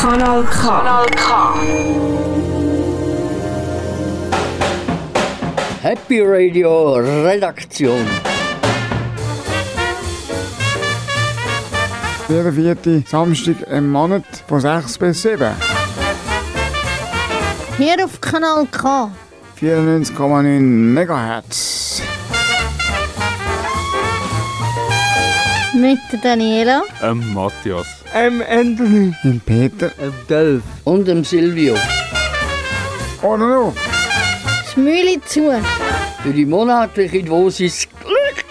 Kanal K. Kanal K. Happy Radio Redaktion. Der 4. Samstag im Monat von 6 bis 7. Hier auf Kanal K. 94,9 MHz. Mit Daniela. Matthias. Anthony. Peter. Delf. Und dem Silvio. Oder noch? Schmüli zu. Für die monatliche Dosis Glück.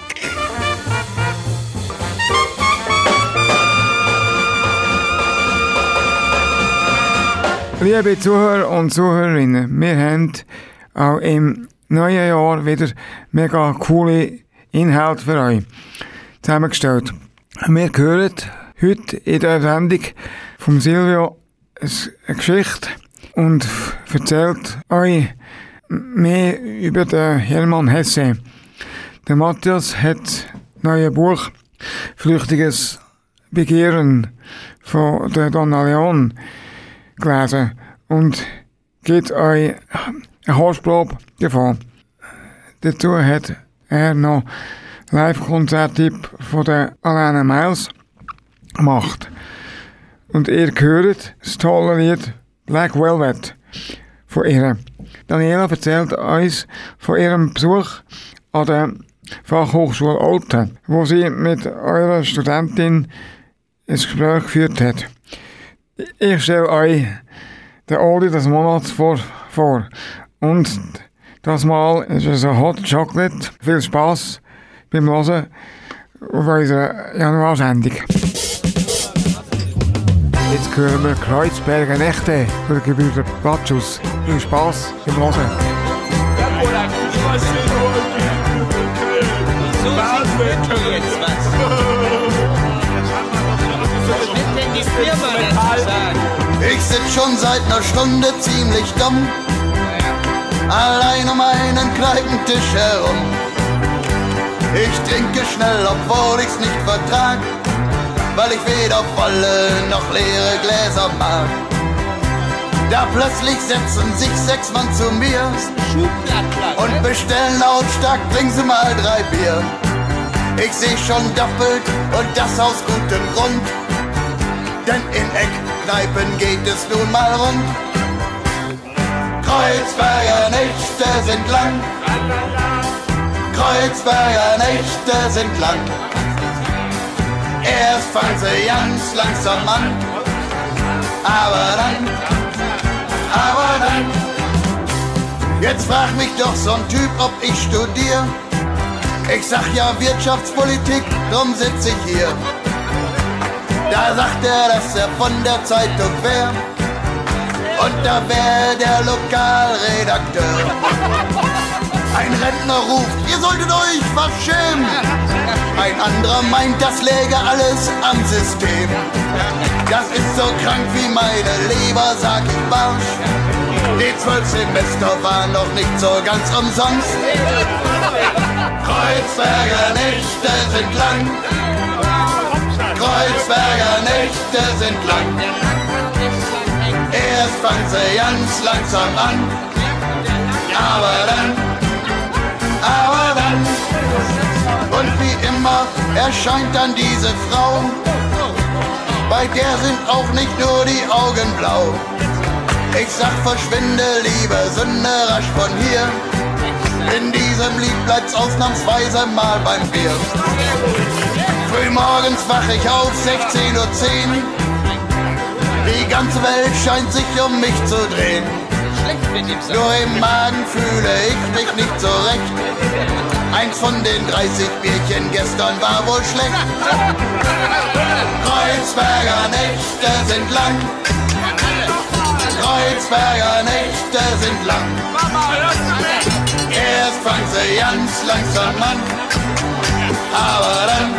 Liebe Zuhörer und Zuhörerinnen, wir haben auch im neuen Jahr wieder mega coole Inhalte für euch zusammengestellt. Wir hören heute in der Sendung vom Silvio eine Geschichte und erzählt euch mehr über den Hermann Hesse. Der Matthias hat das neue Buch «Flüchtiges Begehren» von der Donna Leon gelesen und gibt euch eine Hörprobe davon. Dazu hat er noch Live-Konzerttipp von der Alana Miles gemacht. Und ihr hört das tolle Lied Black Velvet von ihr. Daniela erzählt uns von ihrem Besuch an der Fachhochschule Olten, wo sie mit eurer Studentin ein Gespräch geführt hat. Ich stelle euch den Oldie des Monats vor. Und das Mal ist es ein Hot Chocolate. Viel Spass beim Hören auf unserer Januarsendung. Jetzt hören wir Kreuzberger Nächte von der Gebrüder Platschus. Viel Spass beim Hören. Ich sitz schon seit einer Stunde ziemlich dumm, allein um einen Kneipentisch herum. Ich trinke schnell, obwohl ich's nicht vertrag, weil ich weder volle noch leere Gläser mag. Da plötzlich setzen sich 6 Mann zu mir und bestellen lautstark, bringen Sie mal 3 Bier. Ich seh schon doppelt und das aus gutem Grund, denn in Eckkneipen geht es nun mal rund. Kreuzberger Nächte sind lang, Kreuzberger Nächte sind lang. Erst fangen sie ganz langsam an, aber dann, jetzt fragt mich doch so ein Typ, ob ich studier. Ich sag ja Wirtschaftspolitik, drum sitz ich hier. Da sagt er, dass er von der Zeitung wär, und da wär der Lokalredakteur. Ein Rentner ruft, ihr solltet euch was schämen. Ein anderer meint, das läge alles am System. Das ist so krank wie meine Leber, sag ich barsch. Die 12 Semester waren noch nicht so ganz umsonst. Kreuzberger Nächte sind lang, Kreuzberger Nächte sind lang. Erst fangen sie ganz langsam an, aber dann, und wie immer erscheint dann diese Frau, bei der sind auch nicht nur die Augen blau. Ich sag, verschwinde, liebe Sünde, rasch von hier. In diesem Lied bleibt's ausnahmsweise mal beim Bier. Frühmorgens wach ich auf, 16:10 Uhr. Die ganze Welt scheint sich um mich zu drehen. Nur im Magen fühle ich mich nicht so recht. Eins von den 30 Bierchen gestern war wohl schlecht. Kreuzberger Nächte sind lang, Kreuzberger Nächte sind lang. Erst fangen sie ganz langsam an, aber dann,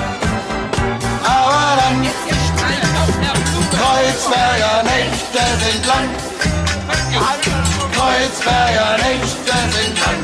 Kreuzberger Nächte sind lang, Kreuzberger Nächte sind lang.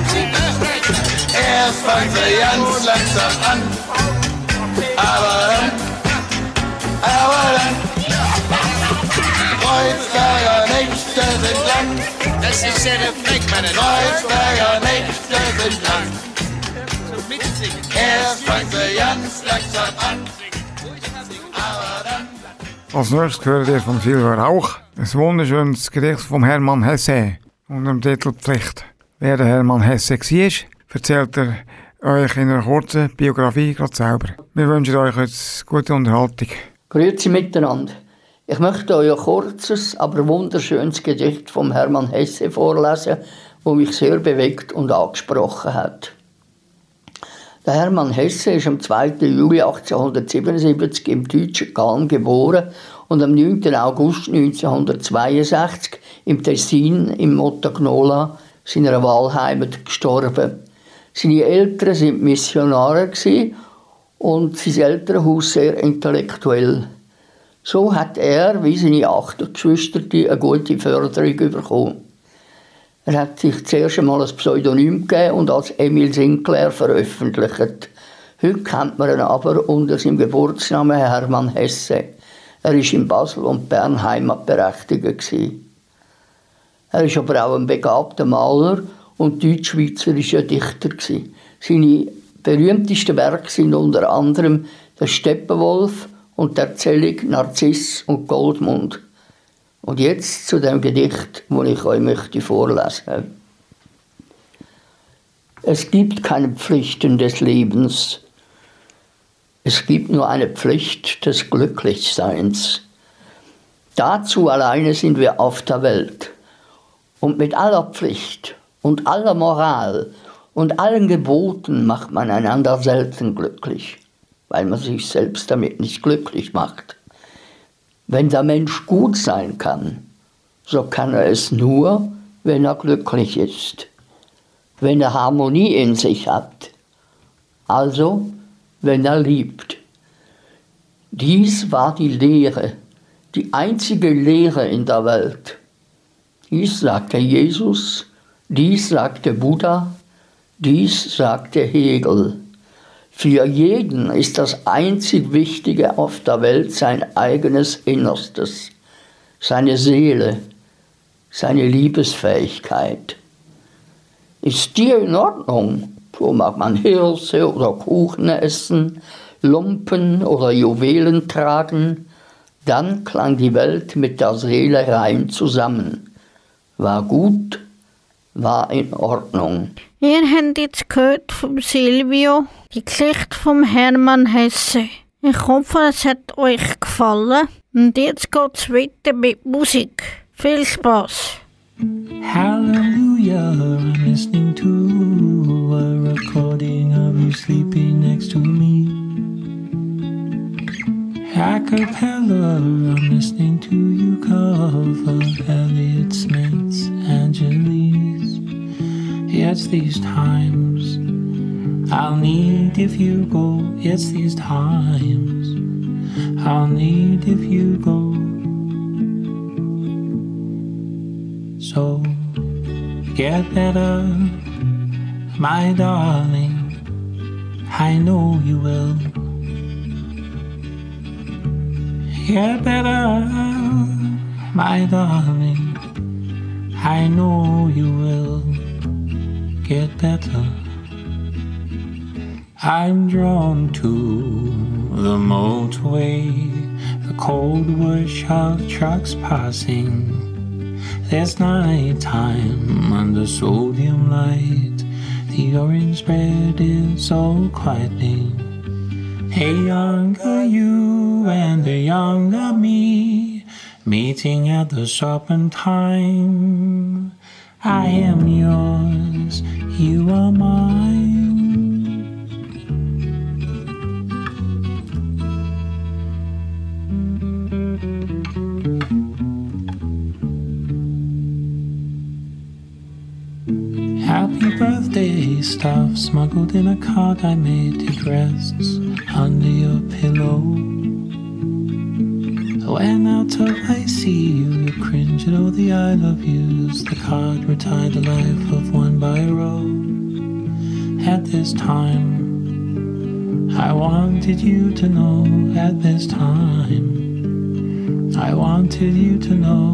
Erst fangen sie ganz langsam an, aber dann, Kreuzberger Nächte sind lang. Das ist ja der Fleck, meine Kreuzberger Nächte sind lang. Zum Mitsingen. Erst fängt sie ganz langsam an. Aber dann... Als nächstes hören wir von Silber Rauch ein wunderschönes Gedicht von Hermann Hesse unter dem Titel Pflicht. Wer der Hermann Hesse war, erzählt er euch in einer kurzen Biografie gerade selber. Wir wünschen euch jetzt gute Unterhaltung. Grüezi miteinander. Ich möchte euch ein kurzes, aber wunderschönes Gedicht von Hermann Hesse vorlesen, das mich sehr bewegt und angesprochen hat. Der Hermann Hesse ist am 2. Juli 1877 im deutschen Calm geboren und am 9. August 1962 im Tessin im Montagnola, seiner Wahlheimat, gestorben. Seine Eltern waren Missionare und sein Elternhaus sehr intellektuell. So hat er, wie seine 8 Geschwister, eine gute Förderung bekommen. Er hat sich zuerst einmal ein Pseudonym gegeben und als Emil Sinclair veröffentlicht. Heute kennt man ihn aber unter seinem Geburtsnamen Hermann Hesse. Er war in Basel und Bern heimatberechtigt. Er war aber auch ein begabter Maler und deutsch-schweizerischer Dichter. Seine berühmtesten Werke sind unter anderem «Der Steppenwolf» und «Der Erzählung Narziss und Goldmund». Und jetzt zu dem Gedicht, das ich euch möchte vorlesen. Es gibt keine Pflichten des Lebens. Es gibt nur eine Pflicht des Glücklichseins. Dazu alleine sind wir auf der Welt. Und mit aller Pflicht und aller Moral und allen Geboten macht man einander selten glücklich, weil man sich selbst damit nicht glücklich macht. Wenn der Mensch gut sein kann, so kann er es nur, wenn er glücklich ist, wenn er Harmonie in sich hat, also wenn er liebt. Dies war die Lehre, die einzige Lehre in der Welt. Dies sagte Jesus, dies sagte Buddha, dies sagte Hegel. Für jeden ist das einzig Wichtige auf der Welt sein eigenes Innerstes, seine Seele, seine Liebesfähigkeit. Ist dir in Ordnung, so mag man Hirse oder Kuchen essen, Lumpen oder Juwelen tragen, dann klang die Welt mit der Seele rein zusammen. War gut, war in Ordnung. Ihr habt jetzt gehört vom Silvio die Geschichte vom Hermann Hesse. Ich hoffe, es hat euch gefallen. Und jetzt geht's weiter mit Musik. Viel Spaß! Hallelujah, I'm listening to a recording of you sleeping next to me. A cappella, I'm listening to you cover Elliott Smith's Angeles. It's these times I'll need if you go. It's these times I'll need if you go. So get better, my darling, I know you will. Get better, my darling, I know you will. Get better. I'm drawn to the motorway, the cold whoosh of trucks passing. There's night time under sodium light. The orange bread is so quieting. A younger you and a younger me meeting at the shop in time. I am yours, you are mine. Happy birthday stuff smuggled in a card I made. It rests under your pillow. When out of I see you, you cringe at all the I love yous. The card retired the life of one by row. At this time, I wanted you to know. At this time, I wanted you to know.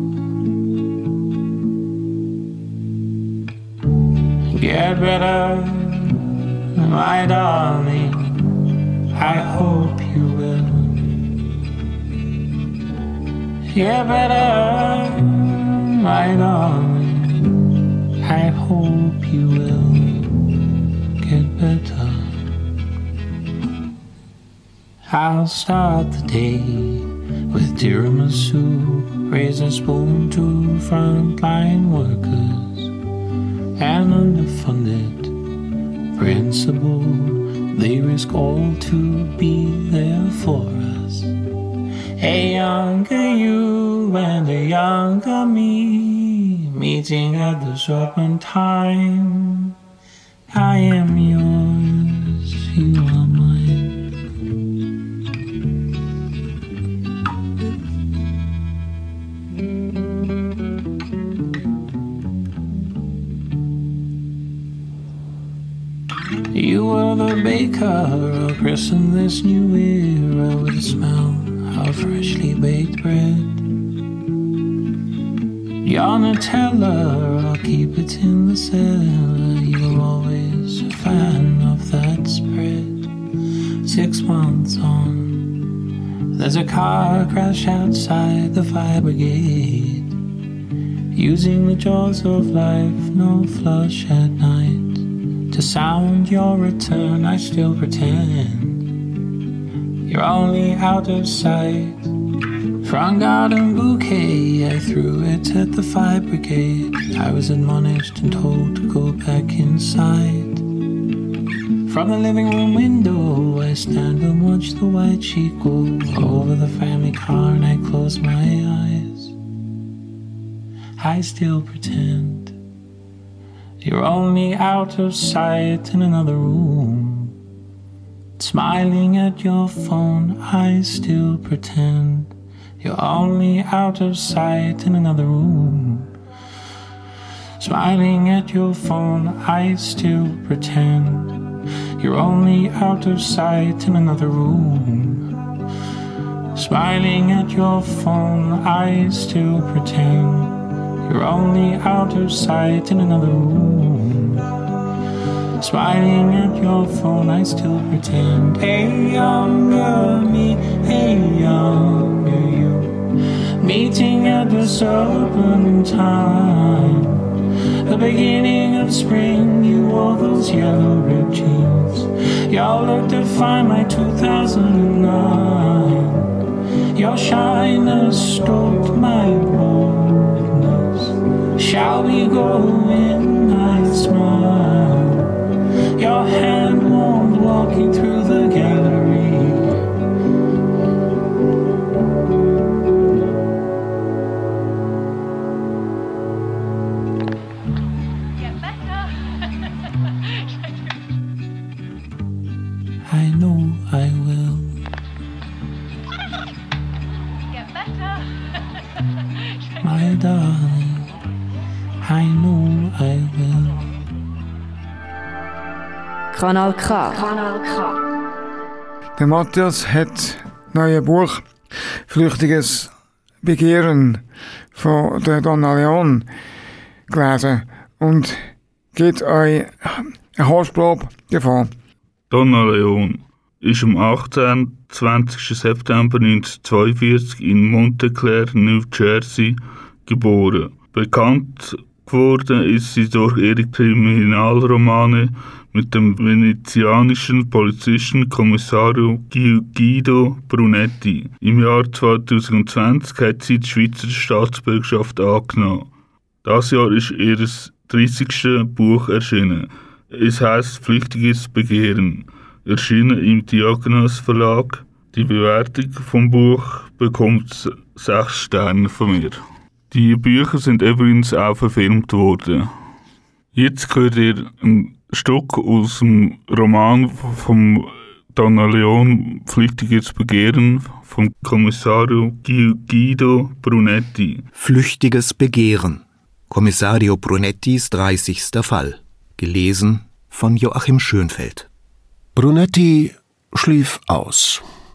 Get better, my darling, I hope you will. Get better, my darling, I hope you will get better. I'll start the day with tiramisu, raise a spoon to frontline workers and underfunded principal. They risk all to be there for us. A younger you and a younger me, meeting at the Serpentine. I am yours, you are mine. You were the baker who christened this new era with the smell of freshly baked bread. You're Nutella, I'll keep it in the cellar. You were always a fan of that spread. 6 months on, there's a car crash outside the fire brigade. Using the jaws of life, no flush at night. To sound your return, I still pretend you're only out of sight. Front garden bouquet, I threw it at the fire brigade. I was admonished and told to go back inside. From the living room window, I stand and watch the white sheet go over the family car, and I close my eyes. I still pretend you're only out of sight in another room. Smiling at your phone, I still pretend you're only out of sight in another room. Smiling at your phone, I still pretend you're only out of sight in another room. Smiling at your phone, I still pretend you're only out of sight in another room. Smiling at your phone, I still pretend. Hey, younger me, hey, younger you, meeting at the Serpentine. The beginning of spring, you wore those yellow ripped jeans. Y'all looked to find my 2009. Your shyness stroked my boldness. Shall we go in? I smile. Your hand warmed walking through the gallery. Get better. I know I will. Get better. My darling, I know I will. Kanal K. Der Matthias hat das neue Buch «Flüchtiges Begehren» von der Donna Leon gelesen und gibt euch eine Haarprobe davon. Donna Leon ist am 18. 20. September 1942 in Montclair, New Jersey, geboren. Bekannt geworden ist sie durch ihre Kriminalromane mit dem venezianischen Polizisten Kommissario Guido Brunetti. Im Jahr 2020 hat sie die Schweizer Staatsbürgerschaft angenommen. Das Jahr ist ihr 30. Buch erschienen. Es heisst «Flüchtiges Begehren», erschienen im Diakonos Verlag. Die Bewertung vom Buch bekommt 6 Sterne von mir. Die Bücher sind übrigens auch verfilmt worden. Jetzt hört ihr ein Stück aus dem Roman von Donna Leon «Flüchtiges Begehren» vom Kommissario Guido Brunetti. Flüchtiges Begehren. Kommissario Brunettis 30. Fall. Gelesen von Joachim Schönfeld. Brunetti schlief aus.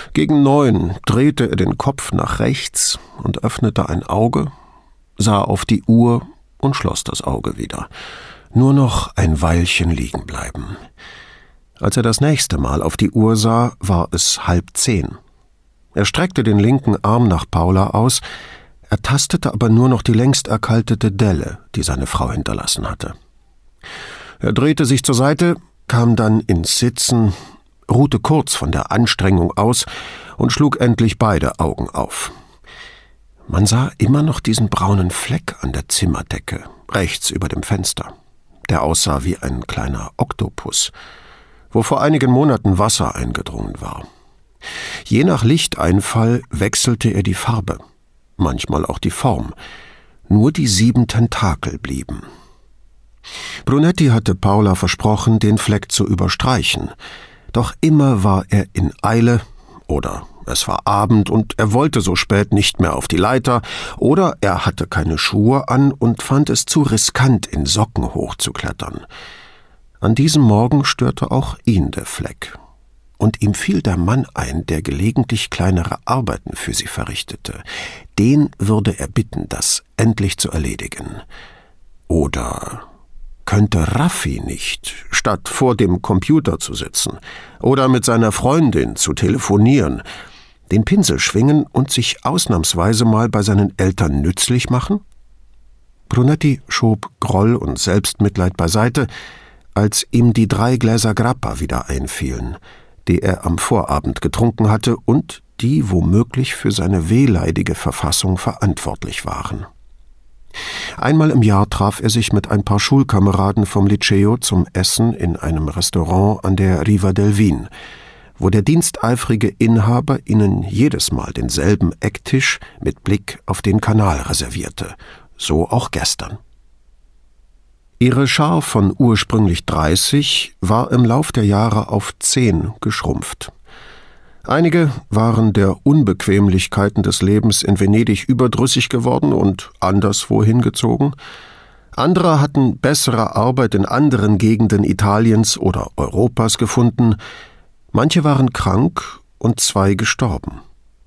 Gegen 9 drehte er den Kopf nach rechts und öffnete ein Auge, sah auf die Uhr und schloss das Auge wieder. Nur noch ein Weilchen liegen bleiben. Als er das nächste Mal auf die Uhr sah, war es 9:30. Er streckte den linken Arm nach Paula aus, ertastete aber nur noch die längst erkaltete Delle, die seine Frau hinterlassen hatte. Er drehte sich zur Seite, kam dann ins Sitzen, ruhte kurz von der Anstrengung aus und schlug endlich beide Augen auf. Man sah immer noch diesen braunen Fleck an der Zimmerdecke, rechts über dem Fenster, der aussah wie ein kleiner Oktopus, wo vor einigen Monaten Wasser eingedrungen war. Je nach Lichteinfall wechselte er die Farbe, manchmal auch die Form. Nur die 7 Tentakel blieben. Brunetti hatte Paula versprochen, den Fleck zu überstreichen, doch immer war er in Eile oder es war Abend und er wollte so spät nicht mehr auf die Leiter oder er hatte keine Schuhe an und fand es zu riskant, in Socken hochzuklettern. An diesem Morgen störte auch ihn der Fleck. Und ihm fiel der Mann ein, der gelegentlich kleinere Arbeiten für sie verrichtete. Den würde er bitten, das endlich zu erledigen. Oder könnte Raffi nicht, statt vor dem Computer zu sitzen oder mit seiner Freundin zu telefonieren, den Pinsel schwingen und sich ausnahmsweise mal bei seinen Eltern nützlich machen? Brunetti schob Groll und Selbstmitleid beiseite, als ihm die 3 Gläser Grappa wieder einfielen, die er am Vorabend getrunken hatte und die womöglich für seine wehleidige Verfassung verantwortlich waren. Einmal im Jahr traf er sich mit ein paar Schulkameraden vom Liceo zum Essen in einem Restaurant an der Riva del Vin, wo der diensteifrige Inhaber ihnen jedes Mal denselben Ecktisch mit Blick auf den Kanal reservierte, so auch gestern. Ihre Schar von ursprünglich 30 war im Lauf der Jahre auf 10 geschrumpft. Einige waren der Unbequemlichkeiten des Lebens in Venedig überdrüssig geworden und anderswo hingezogen. Andere hatten bessere Arbeit in anderen Gegenden Italiens oder Europas gefunden. Manche waren krank und 2 gestorben.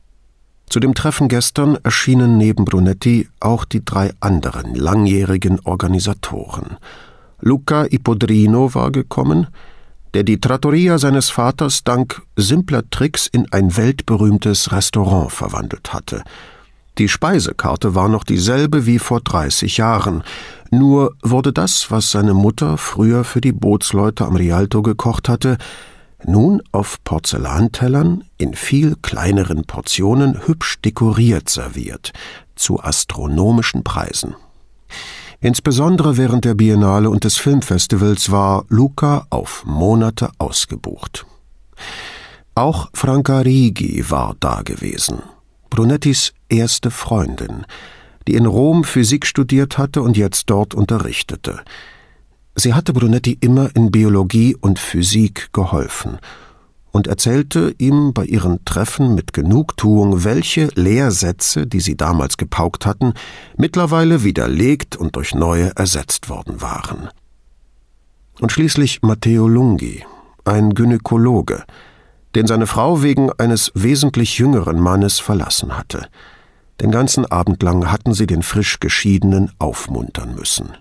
Zu dem Treffen gestern erschienen neben Brunetti auch die 3 anderen langjährigen Organisatoren. Luca Ipodrino war gekommen, der die Trattoria seines Vaters dank simpler Tricks in ein weltberühmtes Restaurant verwandelt hatte. Die Speisekarte war noch dieselbe wie vor 30 Jahren, nur wurde das, was seine Mutter früher für die Bootsleute am Rialto gekocht hatte, nun auf Porzellantellern in viel kleineren Portionen hübsch dekoriert serviert, zu astronomischen Preisen. Insbesondere während der Biennale und des Filmfestivals war Luca auf Monate ausgebucht. Auch Franca Righi war da gewesen, Brunettis erste Freundin, die in Rom Physik studiert hatte und jetzt dort unterrichtete. Sie hatte Brunetti immer in Biologie und Physik geholfen und erzählte ihm bei ihren Treffen mit Genugtuung, welche Lehrsätze, die sie damals gepaukt hatten, mittlerweile widerlegt und durch neue ersetzt worden waren. Und schließlich Matteo Lunghi, ein Gynäkologe, den seine Frau wegen eines wesentlich jüngeren Mannes verlassen hatte. Den ganzen Abend lang hatten sie den frisch Geschiedenen aufmuntern müssen.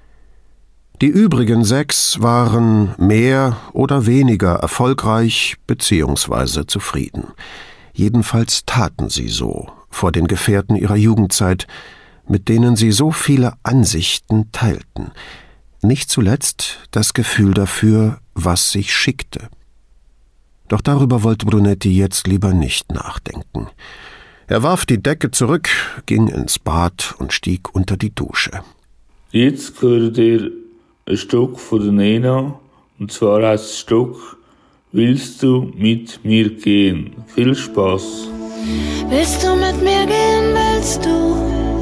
Die übrigen 6 waren mehr oder weniger erfolgreich bzw. zufrieden. Jedenfalls taten sie so vor den Gefährten ihrer Jugendzeit, mit denen sie so viele Ansichten teilten. Nicht zuletzt das Gefühl dafür, was sich schickte. Doch darüber wollte Brunetti jetzt lieber nicht nachdenken. Er warf die Decke zurück, ging ins Bad und stieg unter die Dusche. Jetzt gehört ihr ein Stück von der Nena, und zwar heißt das Stück »Willst du mit mir gehen?« Viel Spaß. Willst du mit mir gehen, willst du?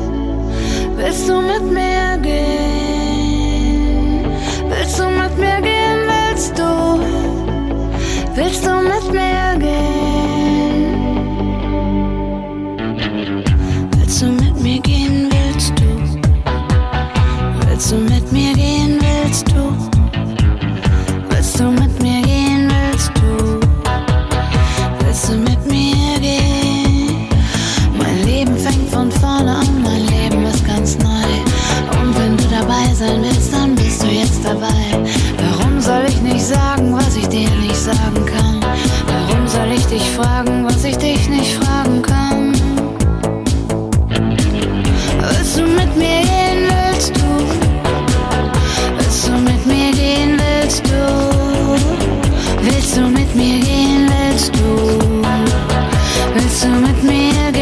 Willst du mit mir gehen? Willst du mit mir gehen, willst du? Willst du mit mir gehen? Willst du mit mir gehen, willst du? Willst du mit mir gehen, willst du? Willst du mit mir gehen, willst du? Willst du mit mir sagen kann. Warum soll ich dich fragen, was ich dich nicht fragen kann? Willst du mit mir gehen, willst du? Willst du mit mir gehen, willst du? Willst du mit mir gehen, willst du? Willst du mit mir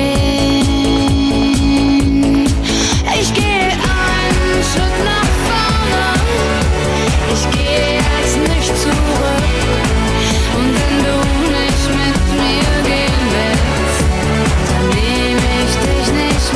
gehen? Ich gehe einen Schritt nach vorne, ich gehe jetzt nicht zurück. Und wenn du nicht mit mir gehen willst, dann nehme ich dich nicht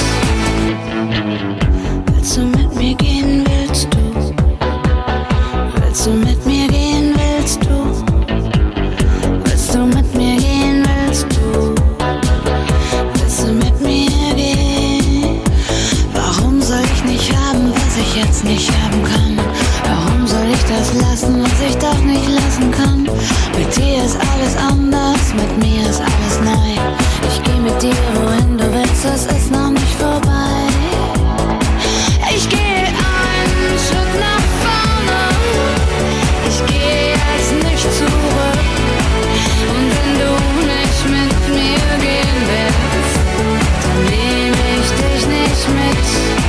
mit. Willst du mit mir gehen, willst du? Willst du mit mir gehen, willst du? Willst du mit mir gehen, willst du? Willst du mit mir gehen? Warum soll ich nicht haben, was ich jetzt nicht haben kann? Warum soll ich das lassen, was ich doch nicht lassen kann? Mit dir ist alles anders, mit mir ist alles neu. Ich geh mit dir, wohin du willst, es ist noch nicht vorbei. Ich gehe einen Schritt nach vorne, ich gehe jetzt nicht zurück. Und wenn du nicht mit mir gehen willst, dann nehme ich dich nicht mit.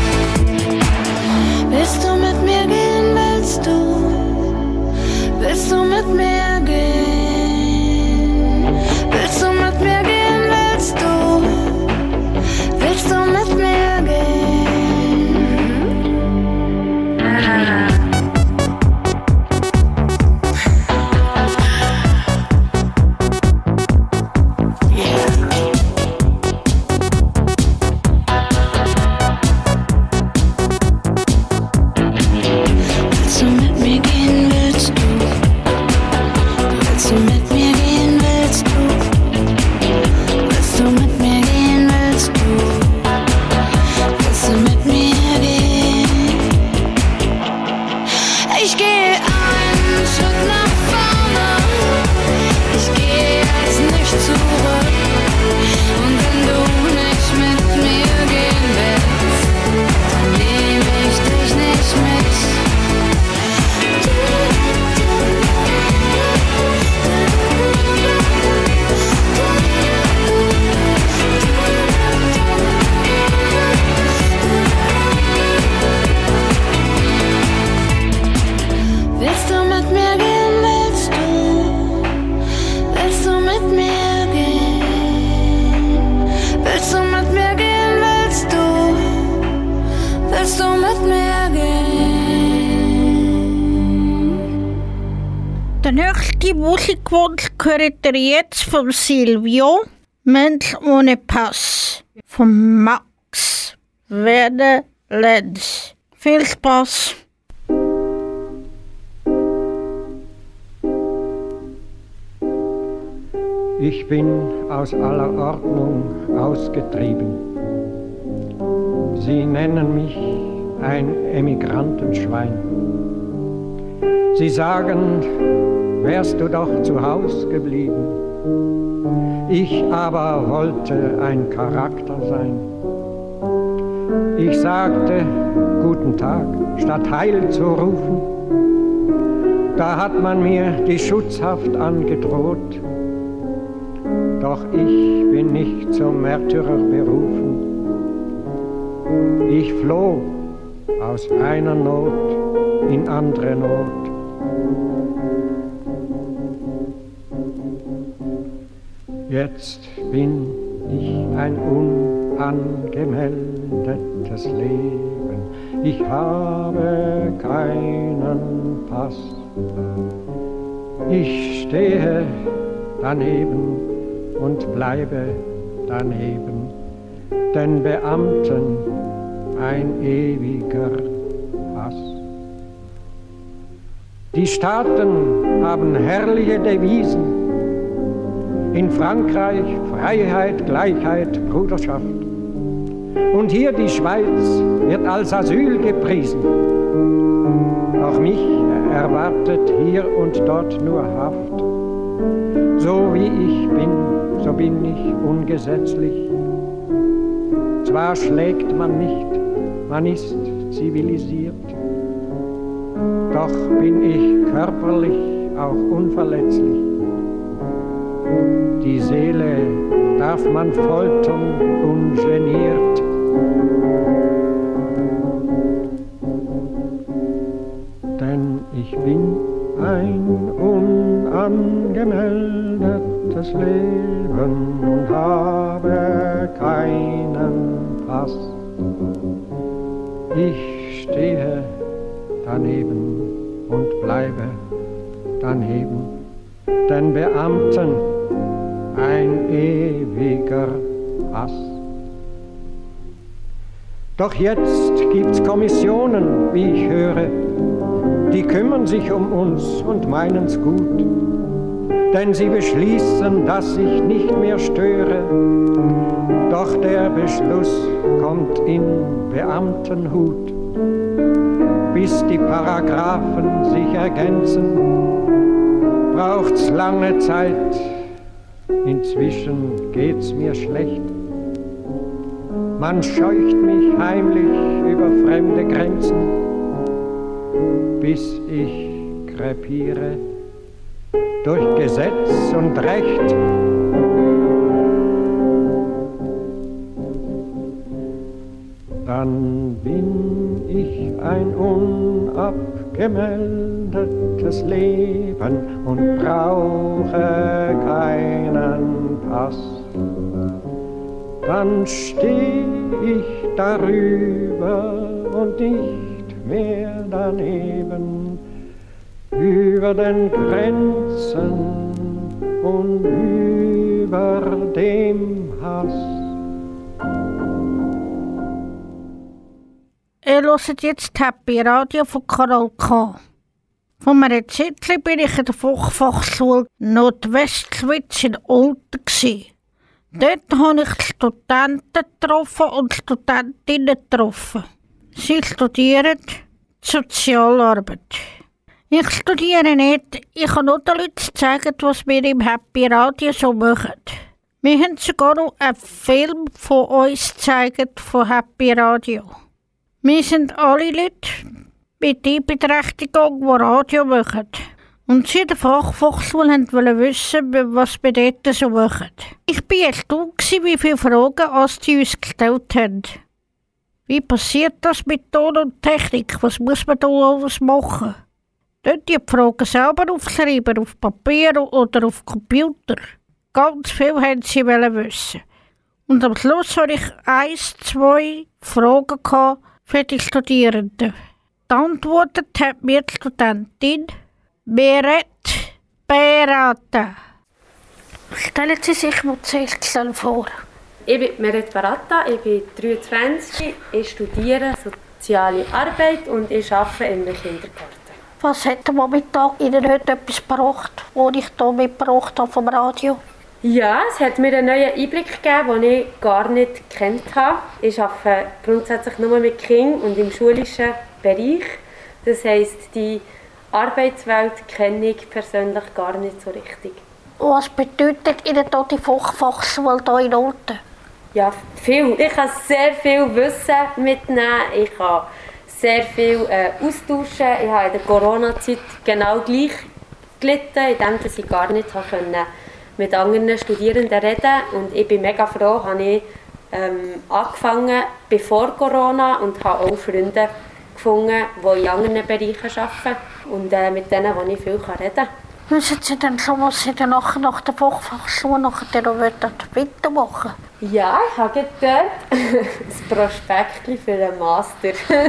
Willst du mit mir gehen, willst du? Willst du mit mir gehen? Willst du mit mir gehen, willst du? Willst du mit mir gehen? Willst du mit mir gehen, willst du? Willst du mit mir gehen, willst du? Willst du mit mir gehen, willst du? Willst du mit mir gehen? Ich gehe einen Schritt nach vorne, ich gehe jetzt nicht zurück. Und wenn du nicht mit mir gehen willst, dann nehme ich dich nicht mit. Willst du mit mir gehen, willst du? Willst du mit mir gehen? Willst du mit mir gehen, willst du? Willst du mit mir gehen? Der nächste Musikwunsch gehört ihr jetzt von Silvio, Mensch ohne Pass, von Max Werner Lenz. Viel Spaß! Ich bin aus aller Ordnung ausgetrieben. Sie nennen mich ein Emigrantenschwein. Sie sagen, wärst du doch zu Haus geblieben. Ich aber wollte ein Charakter sein. Ich sagte, guten Tag, statt Heil zu rufen. Da hat man mir die Schutzhaft angedroht. Doch ich bin nicht zum Märtyrer berufen. Ich floh aus einer Not in andere Not. Jetzt bin ich ein unangemeldetes Leben. Ich habe keinen Pass. Ich stehe daneben und bleibe daneben, den Beamten ein ewiger Hass. Die Staaten haben herrliche Devisen. In Frankreich Freiheit, Gleichheit, Bruderschaft. Und hier die Schweiz wird als Asyl gepriesen. Doch mich erwartet hier und dort nur Haft. So wie ich bin, so bin ich ungesetzlich. Zwar schlägt man nicht, man ist zivilisiert. Doch bin ich körperlich auch unverletzlich. Die Seele darf man foltern ungeniert. Denn ich bin ein unangemeldetes Leben und habe keinen Pass. Ich stehe daneben und bleibe daneben, den Beamten ein ewiger Hass. Doch jetzt gibt's Kommissionen, wie ich höre, die kümmern sich um uns und meinen's gut. Denn sie beschließen, dass ich nicht mehr störe. Doch der Beschluss kommt in Beamtenhut. Bis die Paragraphen sich ergänzen, braucht's lange Zeit. Inzwischen geht's mir schlecht. Man scheucht mich heimlich über fremde Grenzen, bis ich krepiere durch Gesetz und Recht. Dann bin ich ein unabgemeldetes Leben und brauche keinen Pass. Dann steh ich darüber und nicht mehr daneben, über den Grenzen und über dem Hass. Ihr hört jetzt Happy Radio von Kanal K. Von einem Zeitchen bin ich in der Fachschule Nordwestschweiz in Olten. Dort habe ich Studenten getroffen und Studentinnen getroffen. Sie studieren Sozialarbeit. Ich studiere nicht, ich kann nur den Leuten zeigen, was wir im Happy Radio so machen. Wir haben sogar noch einen Film von uns gezeigt von Happy Radio. Wir sind alle Leute mit Beeinträchtigung, die Radio machen. Und sie in der Fachschule wollten wissen, was wir dort so machen. Ich war erstaunt, wie viele Fragen sie uns gestellt haben. Wie passiert das mit Ton und Technik? Was muss man da alles machen? Dort die Fragen selber aufschreiben, auf Papier oder auf Computer. Ganz viel wollten sie wissen. Und am Schluss hatte ich 1-2 Fragen für die Studierenden. Geantwortet hat mir die Studentin Meret Berata. Stellen Sie sich mal zuerst vor. Ich bin Meret Berata, ich bin 23, ich studiere Soziale Arbeit und ich arbeite in einem Kindergarten. Was hat der Mittag Ihnen heute etwas gebracht, was ich hier mitgebracht habe vom Radio? Ja, es hat mir einen neuen Einblick gegeben, den ich gar nicht gekannt habe. Ich arbeite grundsätzlich nur mit Kindern und im schulischen Bereich. Das heisst, die Arbeitswelt kenne ich persönlich gar nicht so richtig. Was bedeutet Ihnen hier die Fachschule hier in Olten? Ja, viel. Ich kann sehr viel Wissen mitnehmen. Ich kann sehr viel austauschen. Ich habe in der Corona-Zeit genau gleich gelitten, indem ich gar nicht mit anderen Studierenden reden. Und ich bin mega froh, habe ich angefangen bevor Corona und habe auch Freunde gefunden, die in anderen Bereichen arbeiten und mit denen, wo ich viel reden kann. Wissen Sie denn schon, was Sie dann nach der Fachschule weitermachen? Ja, ich habe dort ein Prospekt für einen Master.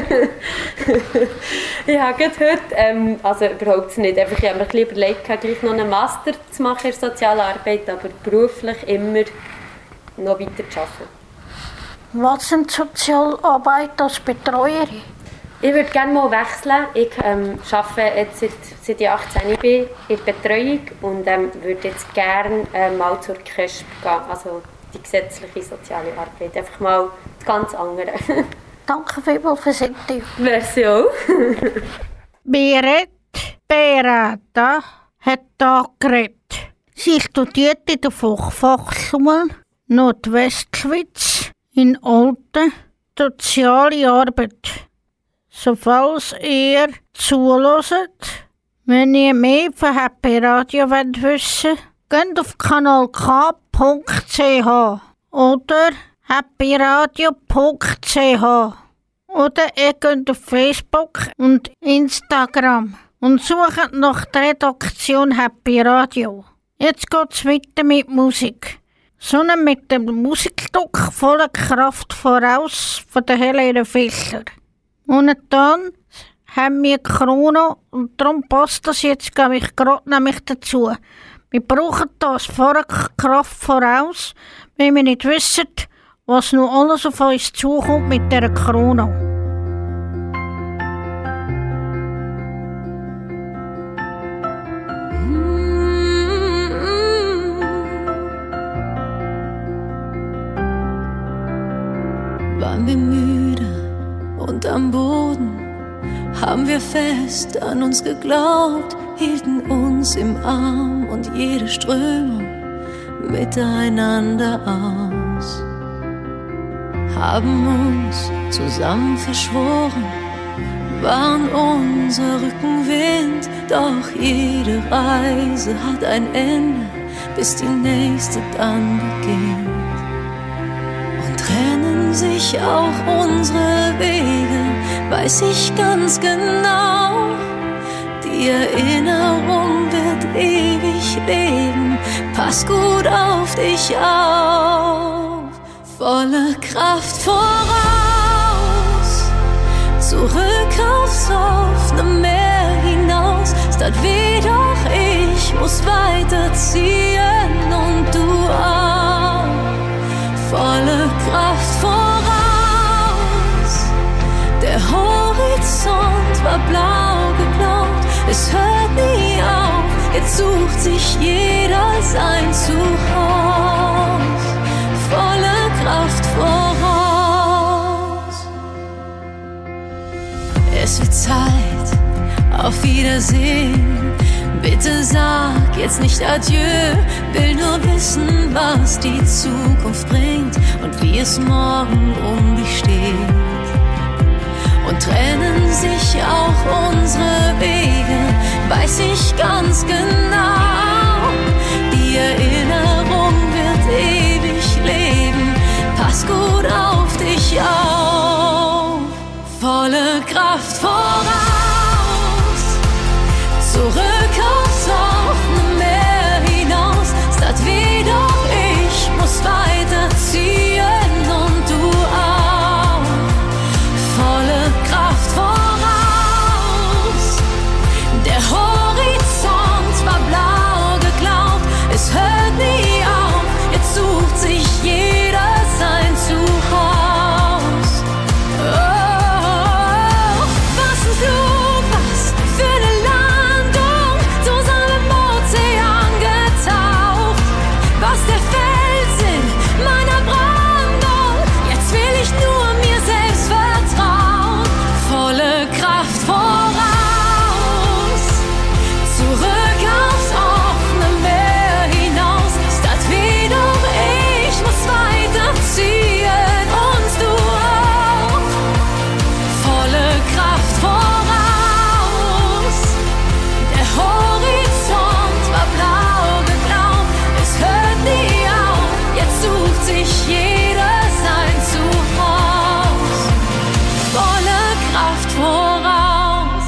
Ich habe heute, also überhaupt nicht, einfach, ich habe mir überlegt, gleich noch einen Master zu machen in Sozialarbeit, aber beruflich immer noch weiter zu arbeiten. Was sind Sozialarbeit als Betreuerin? Ich würde gerne mal wechseln. Ich arbeite jetzt seit ich 18 bin in der Betreuung und würde jetzt gerne mal zur KESB gehen, also die gesetzliche soziale Arbeit. Einfach mal das ganz andere. Danke vielmals fürs Interview. Merci auch. Meret Berata hat hier geredet. Sie studiert in der Fachschule Nordwestschweiz in Olten soziale Arbeit. So falls ihr zuhört, Wenn ihr mehr von Happy Radio wissen wollt, geht auf kanalk.ch oder happyradio.ch oder ihr geht auf Facebook und Instagram und sucht nach der Redaktion Happy Radio. Jetzt geht's weiter mit Musik. Sondern mit dem Musikstück «Voller Kraft voraus» von der Helene Fischer. Und dann haben wir Corona und darum passt das jetzt gerade nämlich dazu. Wir brauchen das «Voller Kraft voraus», wenn wir nicht wissen, was noch alles auf uns zukommt mit dieser Corona. Waren wir müde und am Boden, haben wir fest an uns geglaubt, hielten uns im Arm und jede Strömung miteinander aus. Haben uns zusammen verschworen, waren unser Rückenwind, doch jede Reise hat ein Ende, bis die nächste dann beginnt. Trennen sich auch unsere Wege, weiß ich ganz genau. Die Erinnerung wird ewig leben, pass gut auf dich auf. Volle Kraft voraus, zurück aufs offene Meer hinaus. Statt weh, doch ich muss weiterziehen und du auch. Volle Kraft voraus, der Horizont war blau geblaut, es hört nie auf, jetzt sucht sich jeder sein Zuhause. Volle Kraft voraus. Es wird Zeit, auf Wiedersehen. Bitte sag jetzt nicht Adieu, will nur wissen, was die Zukunft bringt und wie es morgen um dich steht. Und trennen sich auch unsere Wege, weiß ich ganz genau. Die Erinnerung wird ewig leben, pass gut auf dich auf. Volle Kraft voraus, zurück aufs offene Meer hinaus. Statt weh, doch ich muss weiterziehen und du auch. Volle Kraft voraus, der Horizont war blau geglaubt, es hört nie auf, jetzt sucht sich jeder sein Zuhause. Oh, was ein Flug, was für eine Landung, zusammen im Ozean getaucht. Was der Felsen meiner Brandung, jetzt will ich nur mir selbst vertrauen. Volle Kraft voraus, zurück aufs offene Meer hinaus. Statt weh, doch ich muss weiterziehen und du auch. Volle Kraft voraus, der Horizont war blau geglaubt, es hört nie auf, jetzt sucht sich jeder sein Zuhause. Volle Kraft voraus.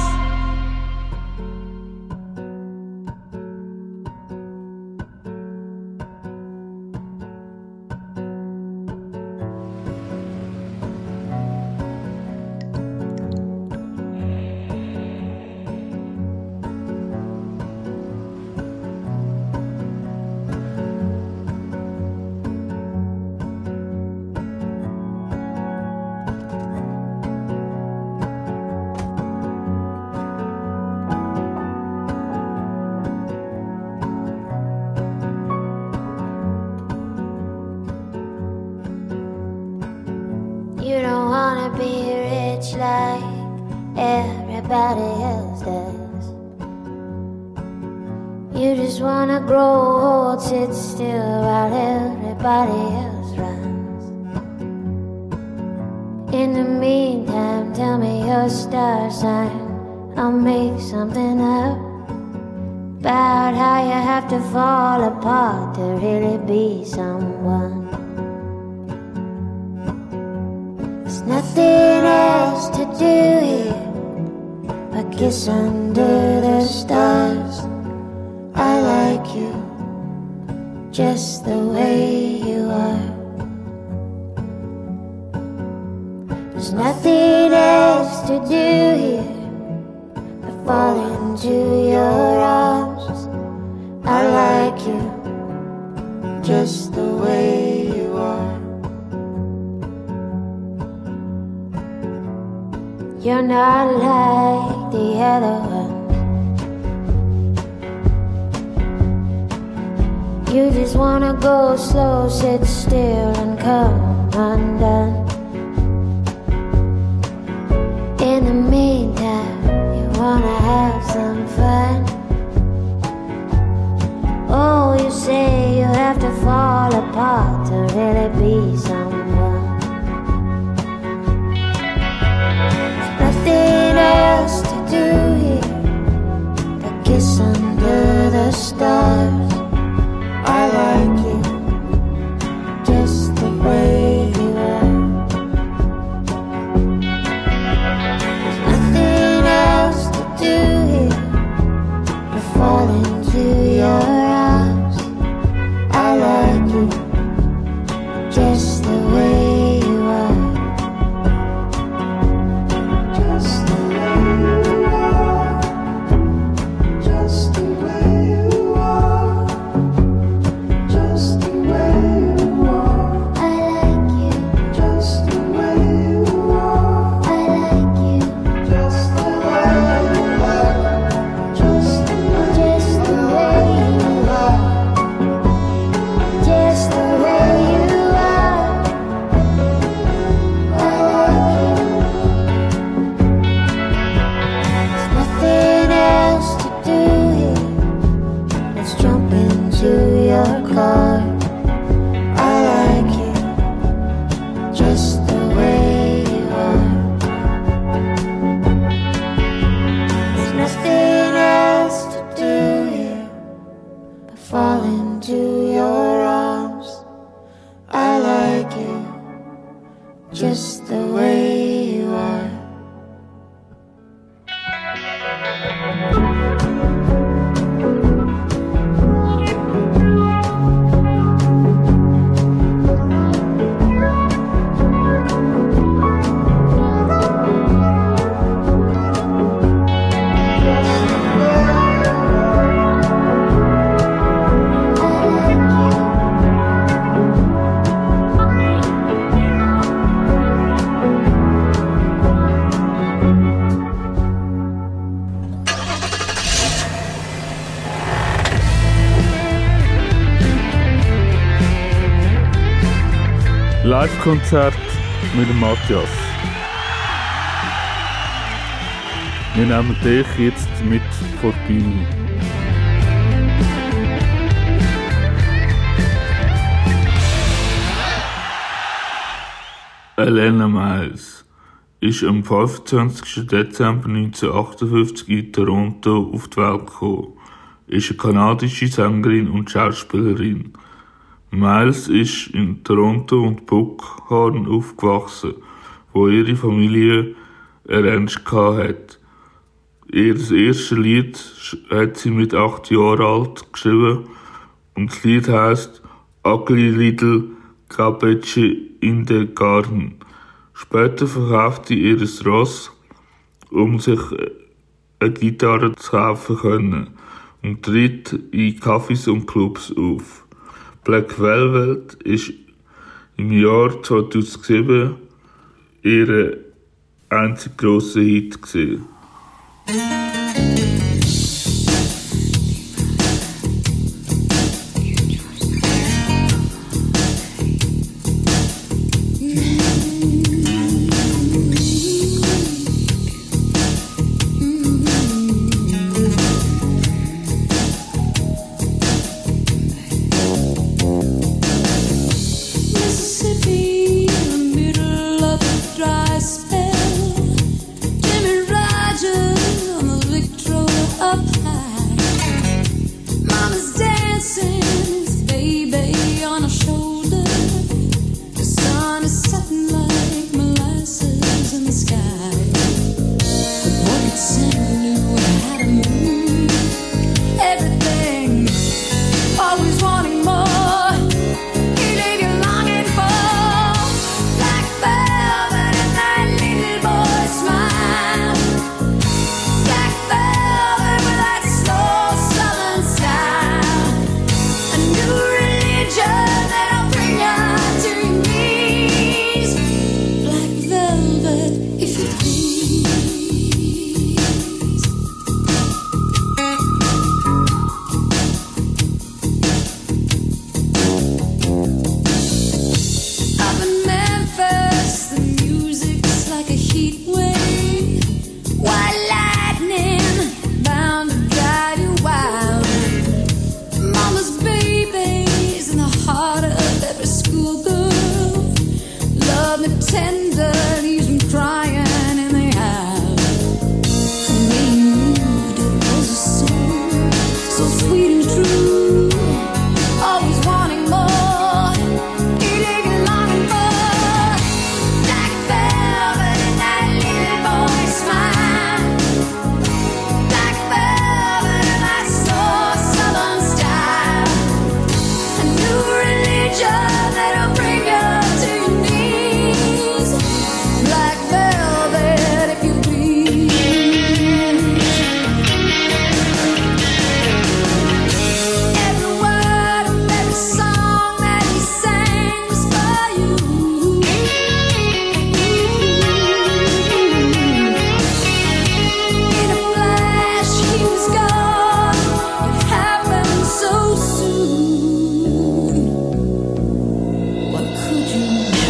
You don't wanna be rich like everybody else does. You just wanna grow old, sit still while everybody else runs. In the meantime, tell me your star sign, I'll make something up. about how you have to fall apart to really be someone. There's nothing else to do here but kiss under the stars. I like you just the way you are. There's nothing else to do here but fall into your arms. I like you just the way you are. You're not like the other ones. You just wanna go slow, sit still and come undone. In the meantime, you wanna have some fun. Oh, you say you have to fall apart to really be someone. There's nothing else to do here but kiss under the stars. I like you just the way you are. There's nothing else to do here but fall into your arms. I like you just the way you are. Just the way you are. Just the way you are. Just the way you are. I like you just the way you are. I like you just the way you are. Just the way you are. Just the way you are. I like you. There's nothing else to do here. Let's jump into your car. I like you just the way you are. There's nothing else to do here but fall into your arms. I like you just the way you are. Live-Konzert mit dem Matthias. Wir nehmen dich jetzt mit vor die Bühne. Elena Miles ist am 25. Dezember 1958 in Toronto auf die Welt gekommen. Ist eine kanadische Sängerin und Schauspielerin. Miles ist in Toronto und Buckhorn aufgewachsen, wo ihre Familie ein Ranch hatte. Ihr erstes Lied hat sie mit 8 Jahren alt geschrieben und das Lied heisst Ugly Little Cabbage in the Garden. Später verkaufte ihr Ross, um sich eine Gitarre zu kaufen können, und tritt in Cafés und Clubs auf. Black Velvet ist im Jahr 2007 ihr einzig grosser Hit gewesen. Mississippi, in the middle of a dry spell. Jimmy Rogers on the those babies in the heart of every schoolgirl. Love me tender, leaves them crying in the eye. Me and you, was a song so sweet and true. Always wanting more, eating and longing for. Black velvet and that little boy smile. Black velvet and that soul southern style. A new religion that'll bring you to your knees. Black velvet, if you please. Every word of every song that he sang was for you. In a flash, he was gone. It happened so soon. What could you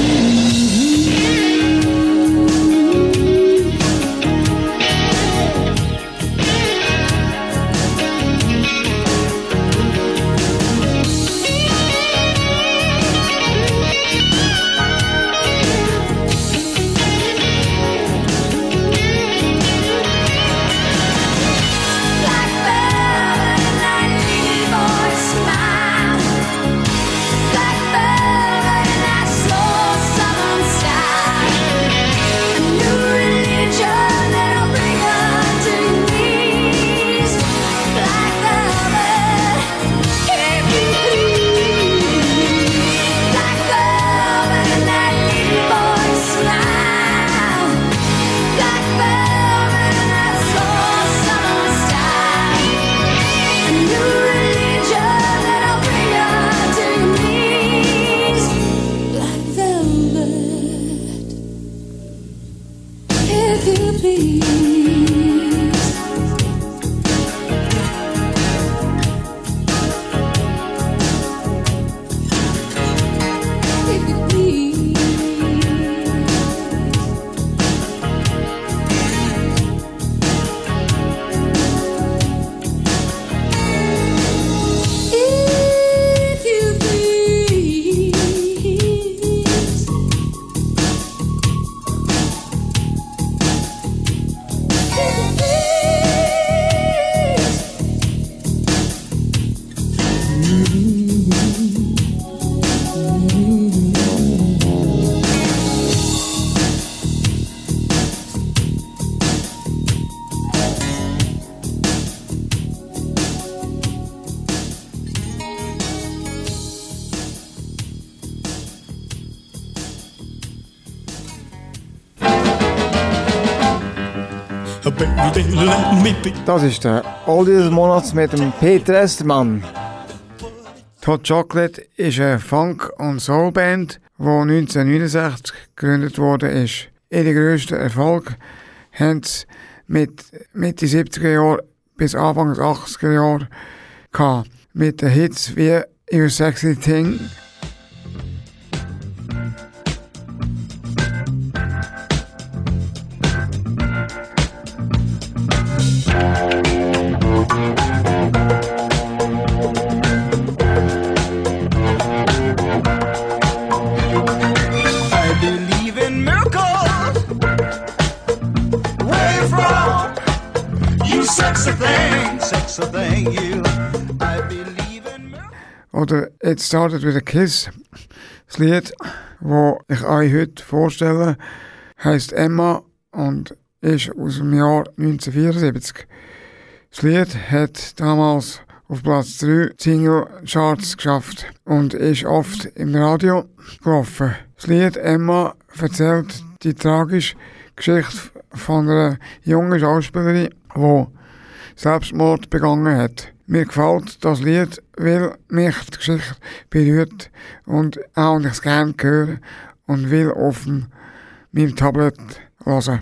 Black velvet and that little boy smile. Black velvet and that slow southern style. A new religion that'll bring you to your knees. Black velvet, if you please. Black velvet and that little boy smile. Black velvet and that slow southern style. A new religion that'll bring you to your knees. Black velvet, if you please. If you please. If you please. Das ist der Oldie des Monats mit dem Peter Estermann. Die Hot Chocolate ist eine Funk- und Soul-Band, die 1969 gegründet wurde. Ihre grössten Erfolg haben sie mit Mitte 70er Jahre bis Anfang des 80er Jahre gehabt. Mit den Hits wie You're Sexy Thing, I believe in miracles. Where you from? You sexy thing, you. I believe in miracles. oder It Started With A Kiss. Das Lied, das ich euch heute vorstelle, heisst Emma und ist aus dem Jahr 1974. Das Lied hat damals auf Platz 3 Single-Charts geschafft und ist oft im Radio gelaufen. Das Lied Emma erzählt die tragische Geschichte von einer jungen Schauspielerin, die Selbstmord begangen hat. Mir gefällt das Lied, weil mich die Geschichte berührt und auch ich es gerne höre und will auf meinem Tablet hören.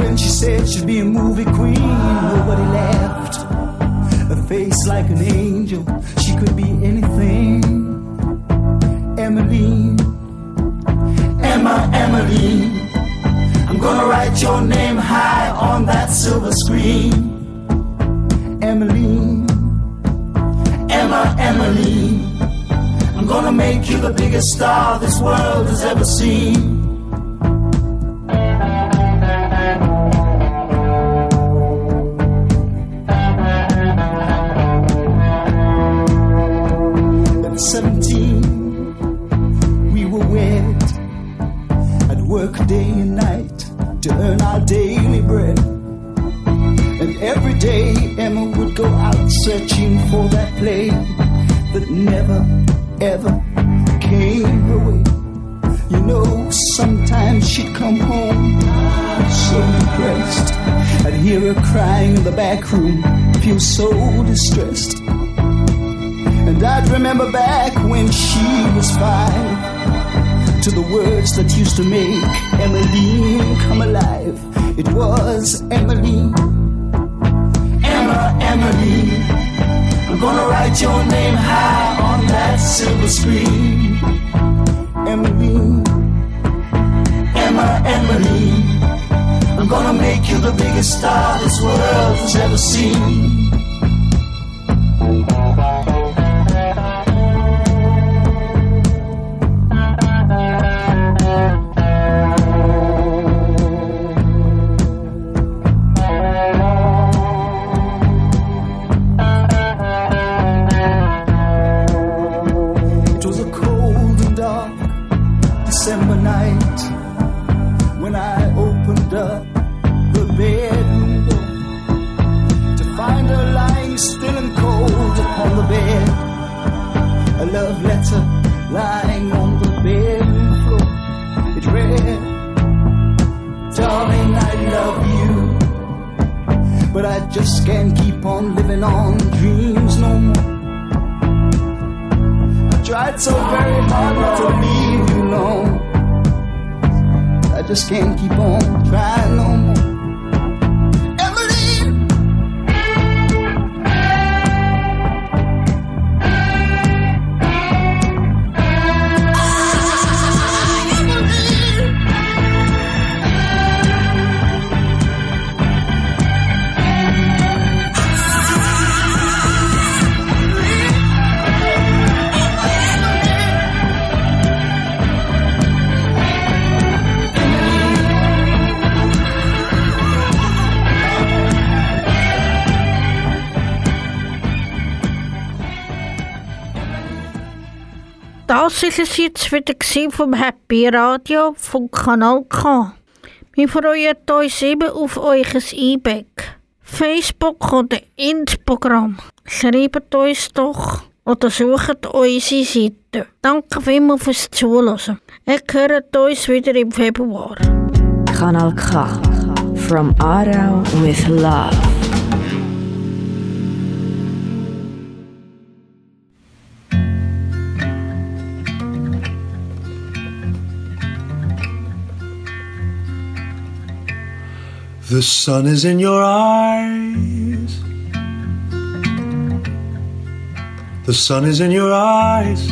When she said she'd be a movie queen, nobody laughed. A face like an angel, she could be anything. Emmeline, Emmeline, I'm gonna write your name high on that silver screen. Emmeline, Emmeline, I'm gonna make you the biggest star this world has ever seen. At 17, we were wed. I'd work day and night to earn our daily bread. And every day Emma would go out searching for that play that never, ever came her way. You know, sometimes she'd come home so depressed. I'd hear her crying in the back room, feel so distressed. And I'd remember back when she was 5, to the words that used to make Emmeline come alive. It was Emmeline, Emmeline, I'm gonna write your name high on that silver screen. Emmeline, Emmeline, I'm gonna make you the biggest star this world has ever seen. December night, when I opened up the bedroom door to find her lying still and cold upon the bed. A love letter lying on the bedroom floor. It read, darling, I love you, but I just can't keep on living on dreams no more. I tried so very hard not to leave you alone. I just can't keep on trying no more. Emmeline, das war es jetzt wieder vom Happy Radio vom Kanal K. Wir freuen uns eben auf euer E-Back, Facebook oder Instagram. Schreibt uns doch oder sucht unsere Seite. Danke vielmals fürs Zuhören. Ihr hört uns wieder im Februar. Kanal K. From Aarau with love. The sun is in your eyes. The sun is in your eyes.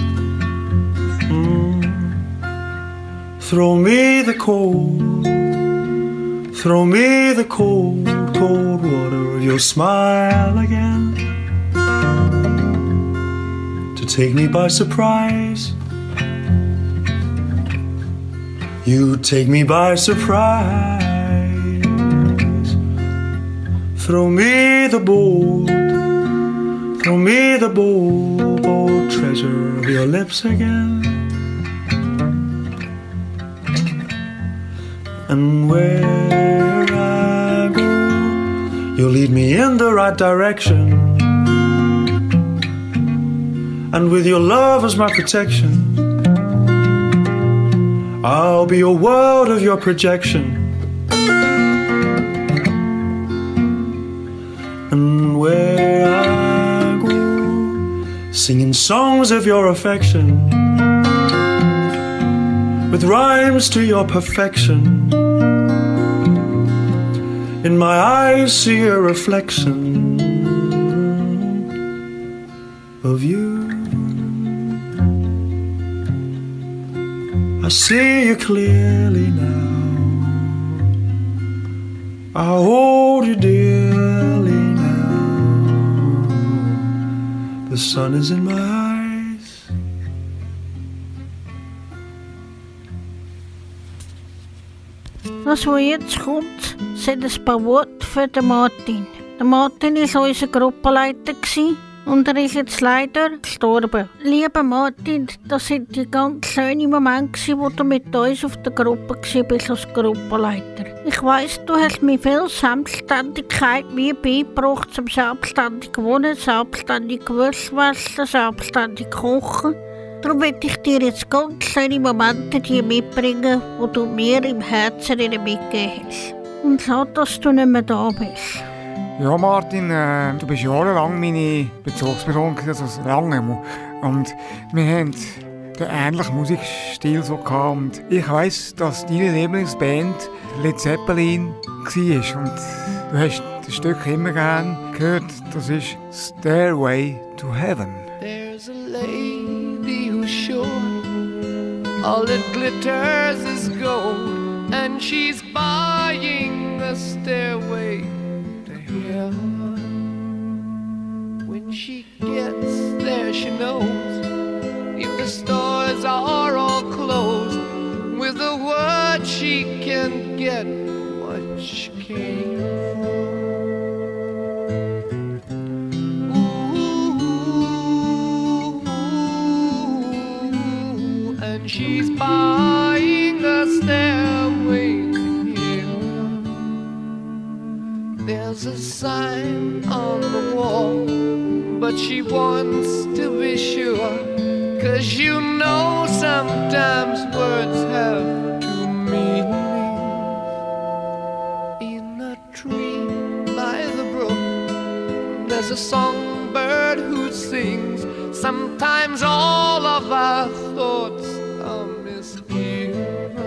Throw me the cold. Throw me the cold, cold water of your smile again. To take me by surprise. You take me by surprise. Throw me the bold, throw me the bold, bold treasure of your lips again. And where I go, you'll lead me in the right direction. And with your love as my protection, I'll be a world of your projection. And where I go, singing songs of your affection, with rhymes to your perfection, In my eyes see a reflection of you. I see you clearly now. I hold you dearly now. The sun is in my eyes. Das, was jetzt kommt, sind ein paar Worte für den Martin. Der Martin war unser Gruppenleiter und er ist jetzt leider gestorben. Lieber Martin, das sind die ganz schönen Momente, wo du mit uns auf der Gruppe warst als Gruppenleiter. Ich weiss, du hast mir viel Selbstständigkeit beigebracht, zum selbstständig wohnen, selbstständig Wäsche, selbstständig kochen. Darum möchte ich dir jetzt ganz schöne Momente mitbringen, die du mir im Herzen mitgegeben hast. Und schade, dass du nicht mehr da bist. Ja, Martin, du bist jahrelang meine Bezugsperson, also lange. Und wir haben den ähnlichen Musikstil so gehabt. Und ich weiss, dass deine Lieblingsband Led Zeppelin war. Und du hast das Stück immer gern gehört. Das ist Stairway to Heaven. There's a lady who's sure all that glitters is gold, and she's buying a stairway to heaven. When she gets there, she knows if the stores are all closed, with a word she can get what she came for. She's buying a stairway to heaven. There's a sign on the wall, but she wants to be sure, 'cause you know sometimes words have two meanings. In a tree by the brook, there's a songbird who sings. Sometimes all of our thoughts are misgiven.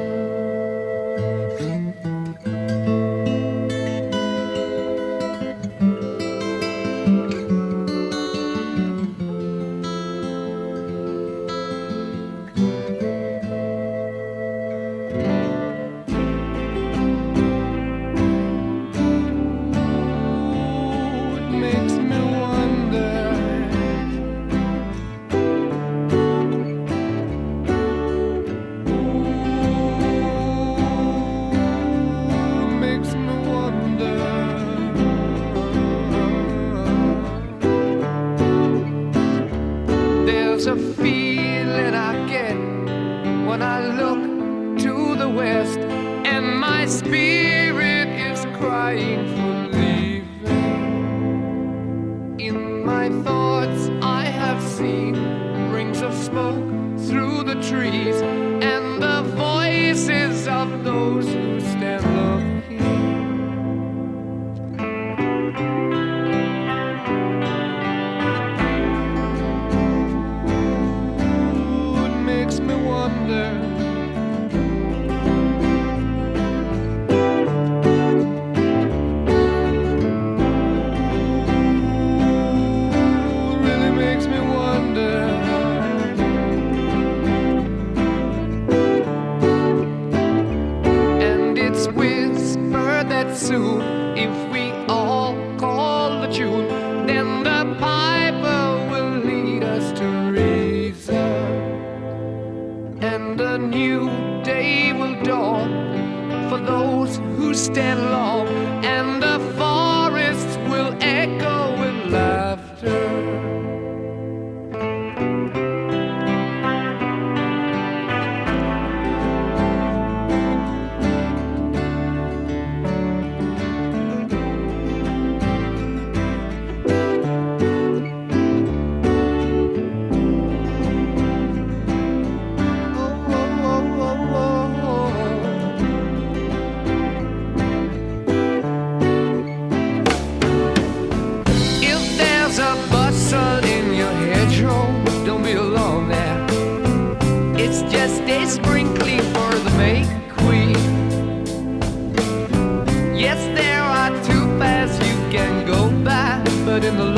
A feeling I get when I look to the west, and my spirit is crying for leaving. In my thoughts I have seen rings of smoke through the trees, and the voices of those who stand looking. Soon, if we all call the tune, then the piper will lead us to reason, and a new day will dawn for those who stand long, and the forests will echo with laughter. Just a sprinkling for the May Queen. Yes, there are in the